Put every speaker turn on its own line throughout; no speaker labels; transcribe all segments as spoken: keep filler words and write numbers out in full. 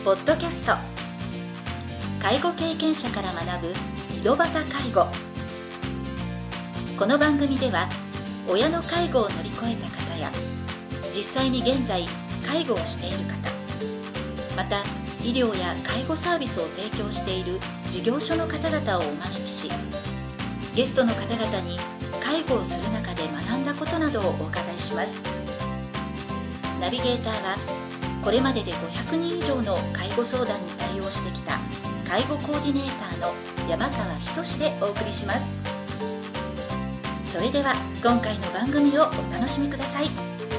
ポッドキャスト、介護経験者から学ぶ井戸端介護。この番組では親の介護を乗り越えた方や実際に現在介護をしている方、また医療や介護サービスを提供している事業所の方々をお招きし、ゲストの方々に介護をする中で学んだことなどをお伺いします。ナビゲーターはこれまででごひゃくにん以上の介護相談に対応してきた介護コーディネーターの山川仁でお送りします。それでは今回の番組をお楽しみください。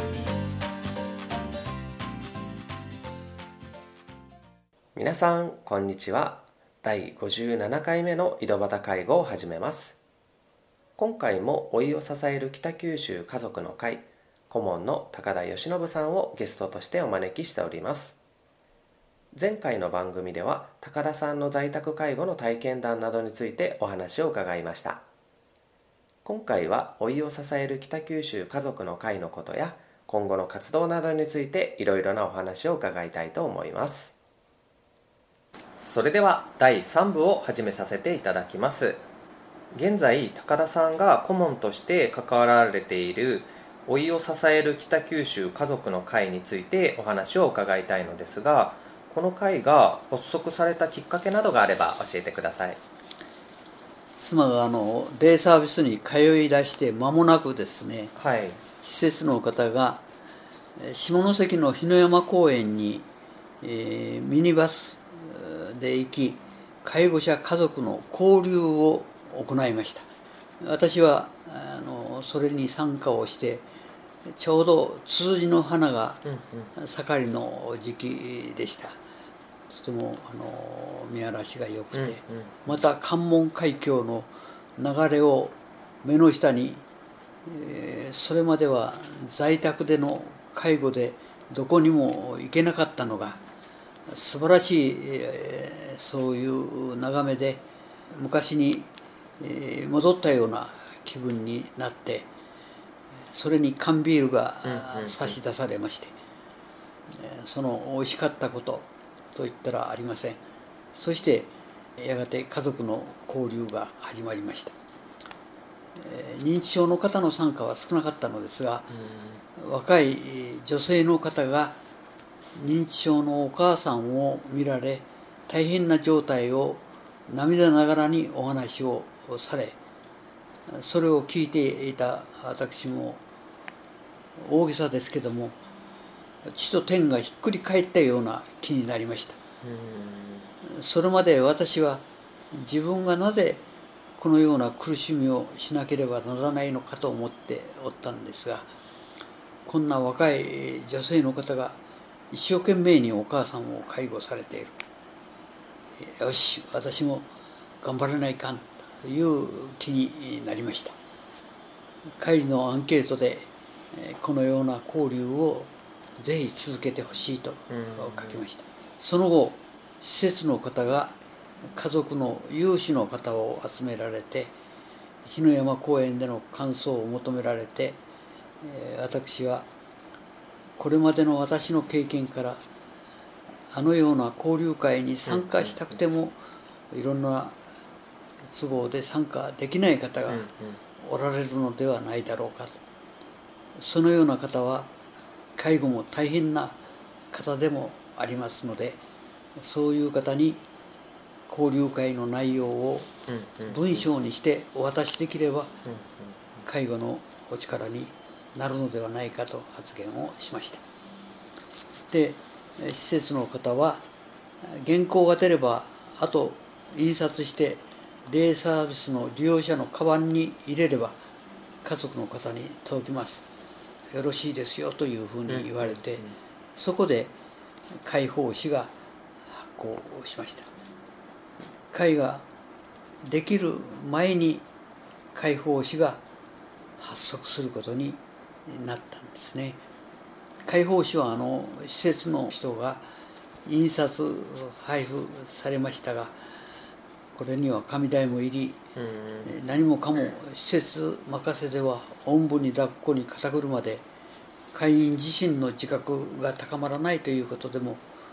皆さんこんにちは。だいごじゅうななかいめの井戸端介護を始めます。今回も老いを支える北九州家族の会顧問の高田義信さんをゲストとしてお招きしております。前回の番組では高田さんの在宅介護の体験談などについてお話を伺いました。今回は老いを支える北九州家族の会のことや今後の活動などについていろいろなお話を伺いたいと思います。それではだいさんぶを始めさせていただきます。現在高田さんが顧問として関わられている老いを支える北九州家族の会についてお話を伺いたいのですが、この会が発足されたきっかけなどがあれば教えてください。
妻があのデイサービスに通い出して間もなくですね、
はい、
施設の方が下関の日野山公園に、えー、ミニバスで行き介護者家族の交流を行いました。私はあのそれに参加をして、ちょうどツツジの花が盛りの時期でした。とてもあの見晴らしが良くて、うんうん、また関門海峡の流れを目の下に、えー、それまでは在宅での介護でどこにも行けなかったのが素晴らしい、えー、そういう眺めで昔に、えー、戻ったような気分になって、それに缶ビールが差し出されまして、うんうん、その美味しかったことといったらありません。そしてやがて家族の交流が始まりました。えー、認知症の方の参加は少なかったのですが、うん、若い女性の方が認知症のお母さんを見られ大変な状態を涙ながらにお話をされ、それを聞いていた私も大げさですけども地と天がひっくり返ったような気になりました。それまで私は自分がなぜこのような苦しみをしなければならないのかと思っておったんですが、こんな若い女性の方が一生懸命にお母さんを介護されている、よし私も頑張らないかんという気になりました。帰りのアンケートでこのような交流をぜひ続けてほしいと書きました。その後施設の方が家族の有志の方を集められて日野山公園での感想を求められて、私はこれまでの私の経験からあのような交流会に参加したくてもいろんな都合で参加できない方がおられるのではないだろうかと。そのような方は介護も大変な方でもありますので、そういう方に交流会の内容を文章にしてお渡しできれば介護のお力になるのではないかと発言をしました。で、施設の方は原稿が出ればあと印刷してデイサービスの利用者のカバンに入れれば家族の方に届きます、よろしいですよというふうに言われて、そこで会報誌が発行しました。会ができる前に会報誌が発足することになったんですね。会報誌はあの施設の人が印刷配布されましたが、これには紙代もいり、うん、何もかも施設任せではおんぶに抱っこに肩車で会員自身の自覚が高まらないということでも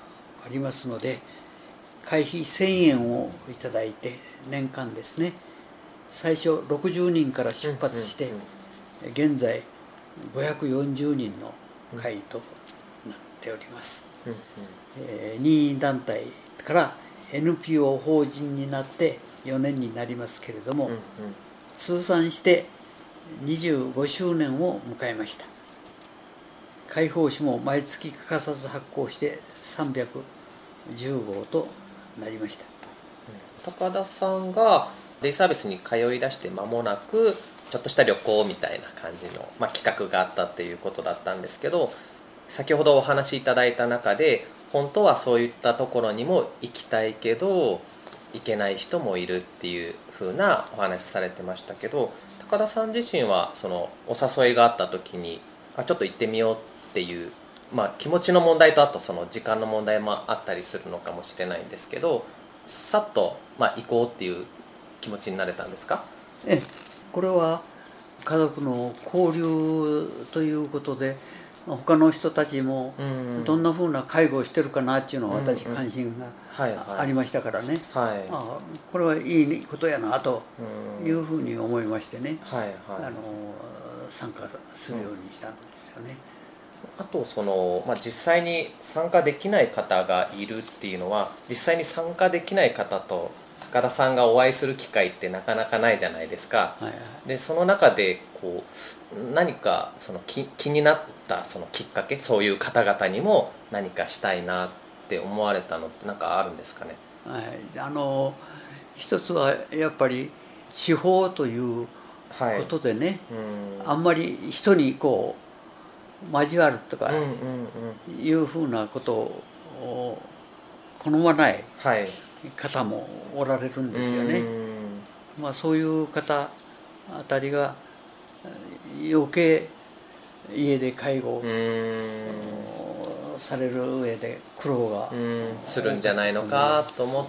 ありますので、会費せんえんをいただいて、年間ですね、最初ろくじゅうにんから出発して、現在ごひゃくよんじゅうにんの会となっております。えー、任意団体から エヌピーオー 法人になってよねんになりますけれども、通算してにじゅうごしゅうねんを迎えました。会報誌も毎月欠かさず発行してさんびゃくじゅうごうとなりました。
高田さんがデイサービスに通い出して間もなく、ちょっとした旅行みたいな感じの、まあ、企画があったっていうことだったんですけど、先ほどお話しいただいた中で、本当はそういったところにも行きたいけど行けない人もいるっていう風なお話されてましたけど、高田さん自身はそのお誘いがあった時に、あ、ちょっと行ってみようっていう、まあ、気持ちの問題とあとその時間の問題もあったりするのかもしれないんですけど、さっと、まあ、行こうっていう気持ちになれたんですか？
ええ、これは家族の交流ということで、他の人たちもどんなふうな介護をしてるかなっていうのは私関心がありましたからね、あ、これはいいことやなというふうに思いましてね、はいはい、あの参加するようにしたんですよね。
あとその、まあ、実際に参加できない方がいるっていうのは、実際に参加できない方と高田さんがお会いする機会ってなかなかないじゃないですか、はいはい、でその中でこう何かその 気, 気になったそのきっかけ、そういう方々にも何かしたいなって思われたのって何かあるんですかね？
はい、あの一つはやっぱり地方ということでね、はい、うん、あんまり人にこう交わるとかいうふうなことを好まない方もおられるんですよね。まあ、そういう方あたりが余計家で介護される上で苦労が
するんじゃないのかと思って、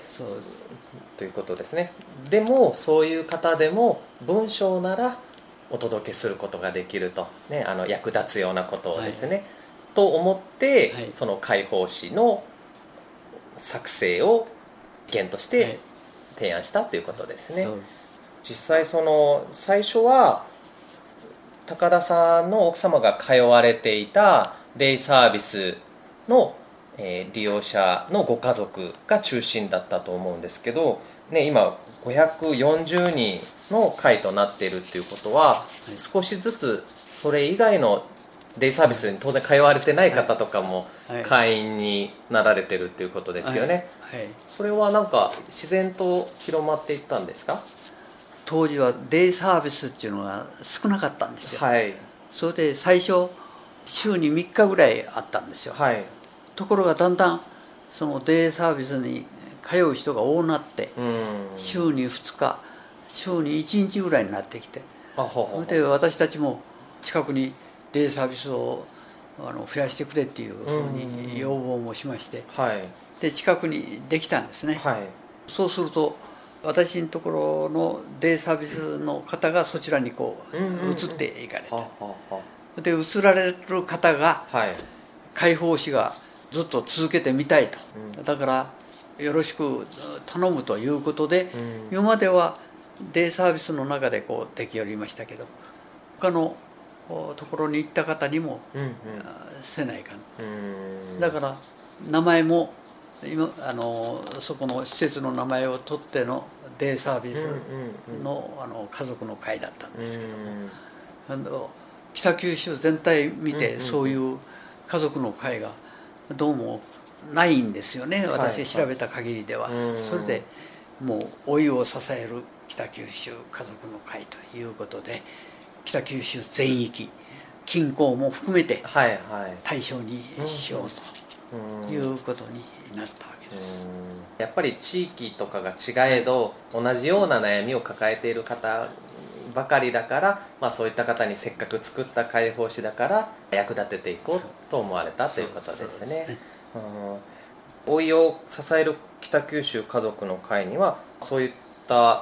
そうですということですね。でもそういう方でも文章ならお届けすることができると、ね、あの役立つようなことをですね、はい、と思って、はい、その介報誌の作成を原として提案したということですね。はい、そうです。実際その最初は高田さんの奥様が通われていたデイサービスの、えー、利用者のご家族が中心だったと思うんですけど、ね、今ごひゃくよんじゅうにんの会となっているということは、はい、少しずつそれ以外のデイサービスに当然通われてない方とかも会員になられてるということですよね。はいはいはい、それはなんか自然と広まっていったんですか？
当時はデイサービスっていうのが少なかったんですよ。はい、それで最初週にみっかぐらいあったんですよ。はい、ところがだんだんそのデイサービスに通う人が多くなって、週にふつか、週にいちにちぐらいになってきて、あほほほで私たちも近くにデイサービスをあの増やしてくれっていうふうに要望もしまして、はい、で近くにできたんですね。はい、そうすると私のところのデイサービスの方がそちらにこう移っていかれた。で移られる方が介報誌がずっと続けてみたいと、だからよろしく頼むということで、今まではデイサービスの中でこうできよりましたけど、他のところに行った方にもせないかん。だから名前も今あのそこの施設の名前を取ってのデイサービス の, あの家族の会だったんですけども、あの北九州全体見てそういう家族の会がどうもないんですよね、私調べた限りでは。それでもう老いを支える北九州家族の会ということで、北九州全域近郊も含めて対象にしようということになったわけです。
やっぱり地域とかが違えど、はい、同じような悩みを抱えている方ばかりだから、まあ、そういった方にせっかく作った介報誌だから役立てていこうと思われたということですね。老いを支える北九州家族の会にはそういった、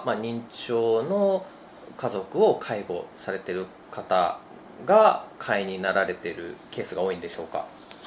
まあ、認知症の家族を介護されている方が会員になられているケースが多いんでしょうか？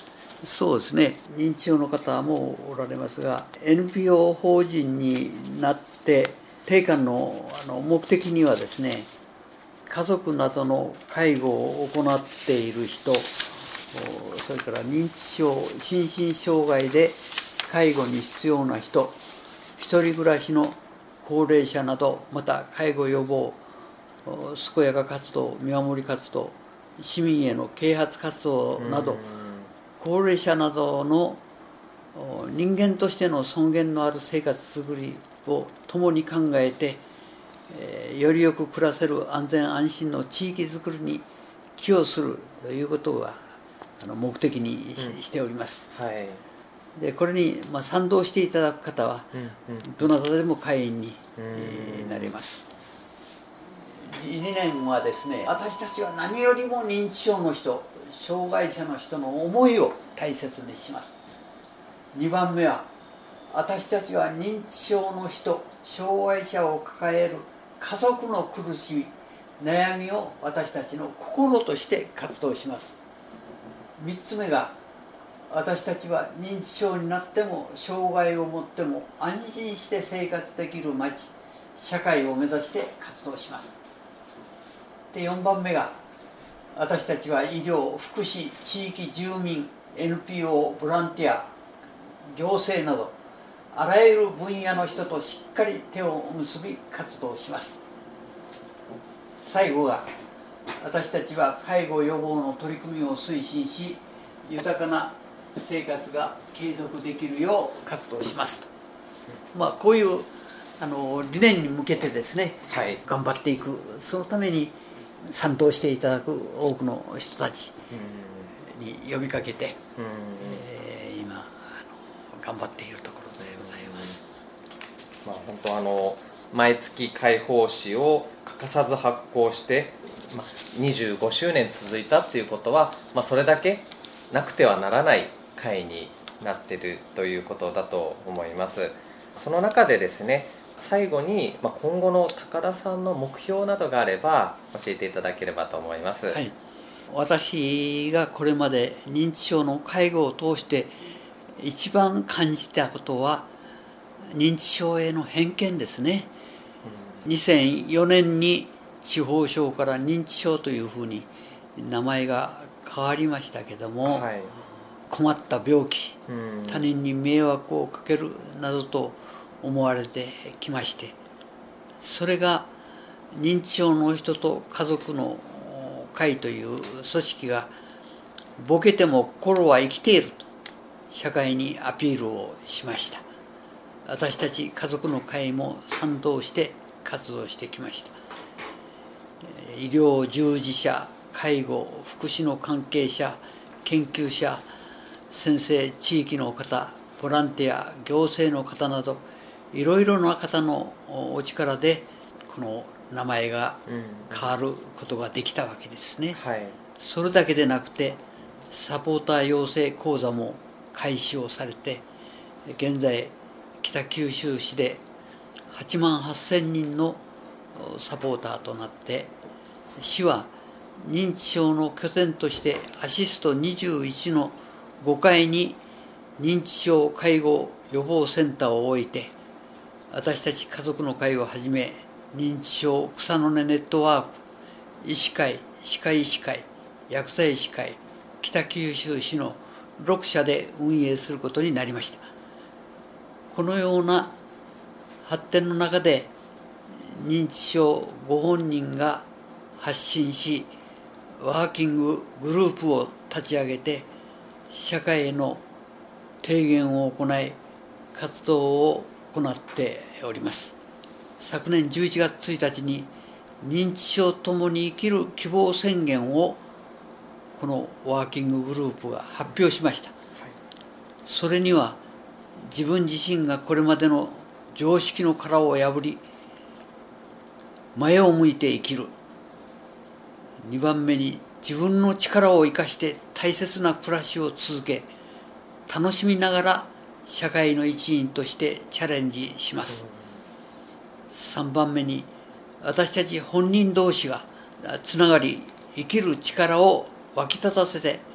そうですね、認知症の方もおられますが、 エヌピーオー 法人になって定款のあの目的にはですね、家族などの介護を行っている人、それから認知症、心身障害で介護に必要な人、一人暮らしの高齢者など、また介護予防、健やか活動、見守り活動、市民への啓発活動など、高齢者などの人間としての尊厳のある生活づくりを共に考えて、よりよく暮らせる安全安心の地域づくりに寄与するということが目的にしております。
うん、はい、
でこれにまあ賛同していただく方は、うんうん、どなたでも会員になれます。理念はですね、私たちは何よりも認知症の人、障害者の人の思いを大切にします。にばんめは、私たちは認知症の人、障害者を抱える家族の苦しみ、悩みを私たちの心として活動します。みっつめが、私たちは認知症になっても障害を持っても安心して生活できる街、社会を目指して活動します。でよんばんめが、私たちは医療、福祉、地域住民、エヌピーオー、ボランティア、行政などあらゆる分野の人としっかり手を結び活動します。最後が、私たちは介護予防の取り組みを推進し、豊かな生活が継続できるよう活動しますと、まあ、こういうあの理念に向けてですね、はい、頑張っていく、そのために賛同していただく多くの人たちに呼びかけて、えー、今あの頑張っているところでございます。
まあ、本当あの毎月会報誌を欠かさず発行して、まあ、にじゅうごしゅうねん続いたっていうことは、まあ、それだけなくてはならない会になっているということだと思います。その中でですね、最後に今後の高田さんの目標などがあれば教えていただければと思います。
はい、私がこれまで認知症の介護を通して一番感じたことは認知症への偏見ですね。うん、にせんよねんに痴呆症から認知症というふうに名前が変わりましたけども、はい、困った病気、うん、他人に迷惑をかけるなどと思われてきまして、それが認知症の人と家族の会という組織がボケても心は生きていると社会にアピールをしました。私たち家族の会も賛同して活動してきました。医療従事者、介護、福祉の関係者、研究者、先生、地域の方、ボランティア、行政の方などいろいろな方のお力でこの名前が変わることができたわけですね。はい、それだけでなくてサポーター養成講座も開始をされて、現在北九州市ではちまんはっせんにんのサポーターとなって、市は認知症の拠点としてアシストにじゅういちのごかいに認知症介護予防センターを置いて、私たち家族の会をはじめ認知症草の根ネットワーク、医師会、歯科医師会、薬剤師会、北九州市のろくしゃで運営することになりました。このような発展の中で認知症ご本人が発信し、ワーキンググループを立ち上げて社会への提言を行い活動を行っております。昨年じゅういちがつついたちに認知症ともに生きる希望宣言をこのワーキンググループが発表しました。それには自分自身がこれまでの常識の殻を破り前を向いて生きる、にばんめに自分の力を生かして大切な暮らしを続け楽しみながら社会の一員としてチャレンジします。さんばんめに私たち本人同士がつながり生きる力を湧き立たせて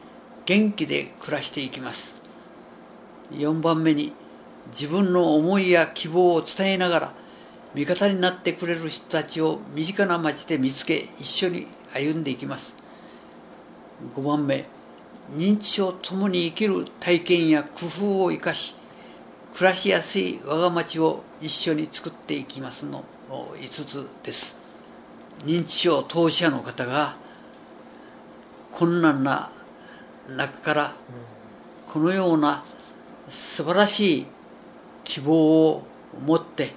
元気で暮らしていきます。よんばんめに自分の思いや希望を伝えながら味方になってくれる人たちを身近な町で見つけ、一緒に歩んでいきます。ごばんめ、認知症ともに生きる体験や工夫を生かし、暮らしやすい我が町を一緒に作っていきますのいつつです。認知症当事者の方が困難な中からこのような素晴らしい希望を持って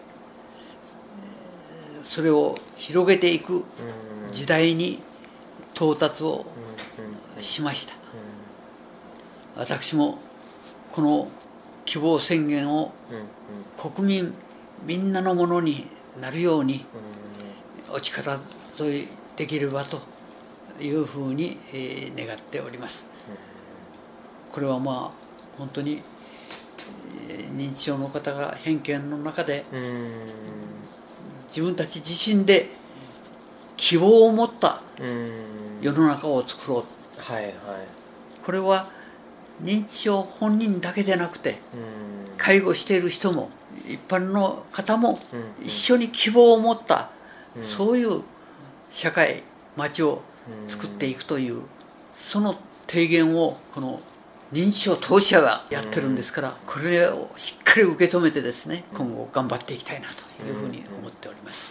それを広げていく時代に到達をしました。私もこの希望宣言を国民みんなのものになるようにお力添えできればというふうに願っております。これはまあ本当に認知症の方が偏見の中で自分たち自身で希望を持った世の中を作ろう、
はいはい、
これは認知症本人だけでなくて介護している人も一般の方も一緒に希望を持ったそういう社会、町を作っていくというその提言をこの認知症当事者がやってるんですから、これをしっかり受け止めてですね、今後頑張っていきたいなというふうに思っております。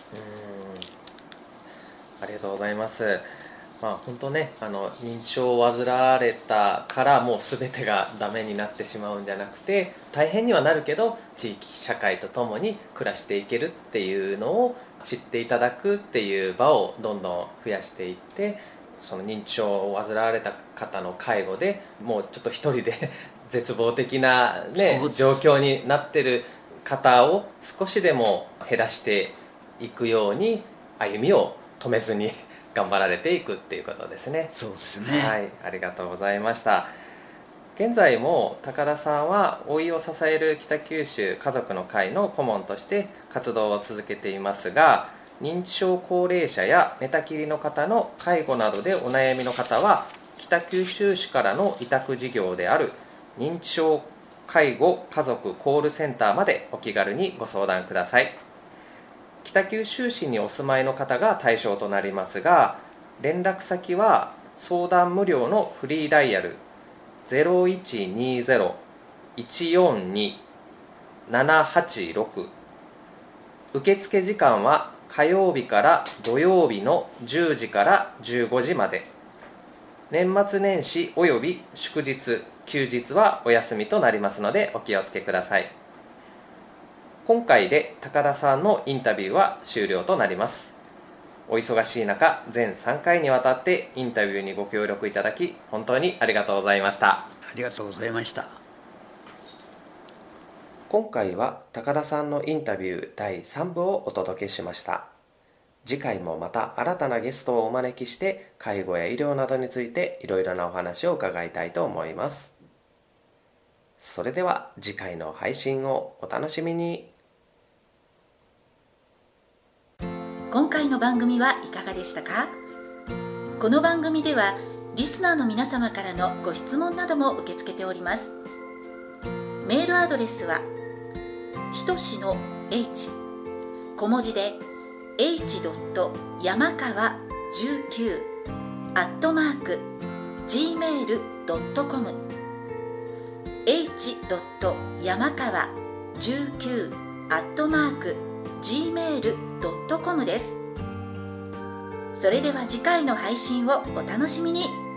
ありがとうございます。まあ、本当ね、あの認知症を患われたからもう全てがダメになってしまうんじゃなくて、大変にはなるけど地域社会とともに暮らしていけるっていうのを知っていただくっていう場をどんどん増やしていって、その認知症を患われた方の介護でもうちょっと一人で絶望的な、ね、状況になってる方を少しでも減らしていくように歩みを止めずに頑張られていくっていうことですね。
そうですね。
はい、ありがとうございました。現在も高田さんは老いを支える北九州家族の会の顧問として活動を続けていますが、認知症高齢者や寝たきりの方の介護などでお悩みの方は北九州市からの委託事業である認知症介護家族コールセンターまでお気軽にご相談ください。北九州市にお住まいの方が対象となりますが、連絡先は相談無料のフリーダイヤル ゼロいちにゼロ いちよんに ななはちろく、 受付時間は火曜日から土曜日のじゅうじからじゅうごじまで、年末年始および祝日休日はお休みとなりますのでお気をつけください。今回で高田さんのインタビューは終了となります。お忙しい中、全さんかいにわたってインタビューにご協力いただき本当にありがとうございました。
ありがとうございました。
今回は高田さんのインタビューだいさんぶをお届けしました。次回もまた新たなゲストをお招きして介護や医療などについていろいろなお話を伺いたいと思います。それでは次回の配信をお楽しみに。
今回の番組はいかがでしたか？この番組ではリスナーの皆様からのご質問なども受け付けております。メールアドレスはひとしの H 小文字で h. 山川じゅうきゅう アットマーク ジーメール ドットコム h. 山川じゅうきゅう アットマーク ジーメール ドットコム です。それでは次回の配信をお楽しみに。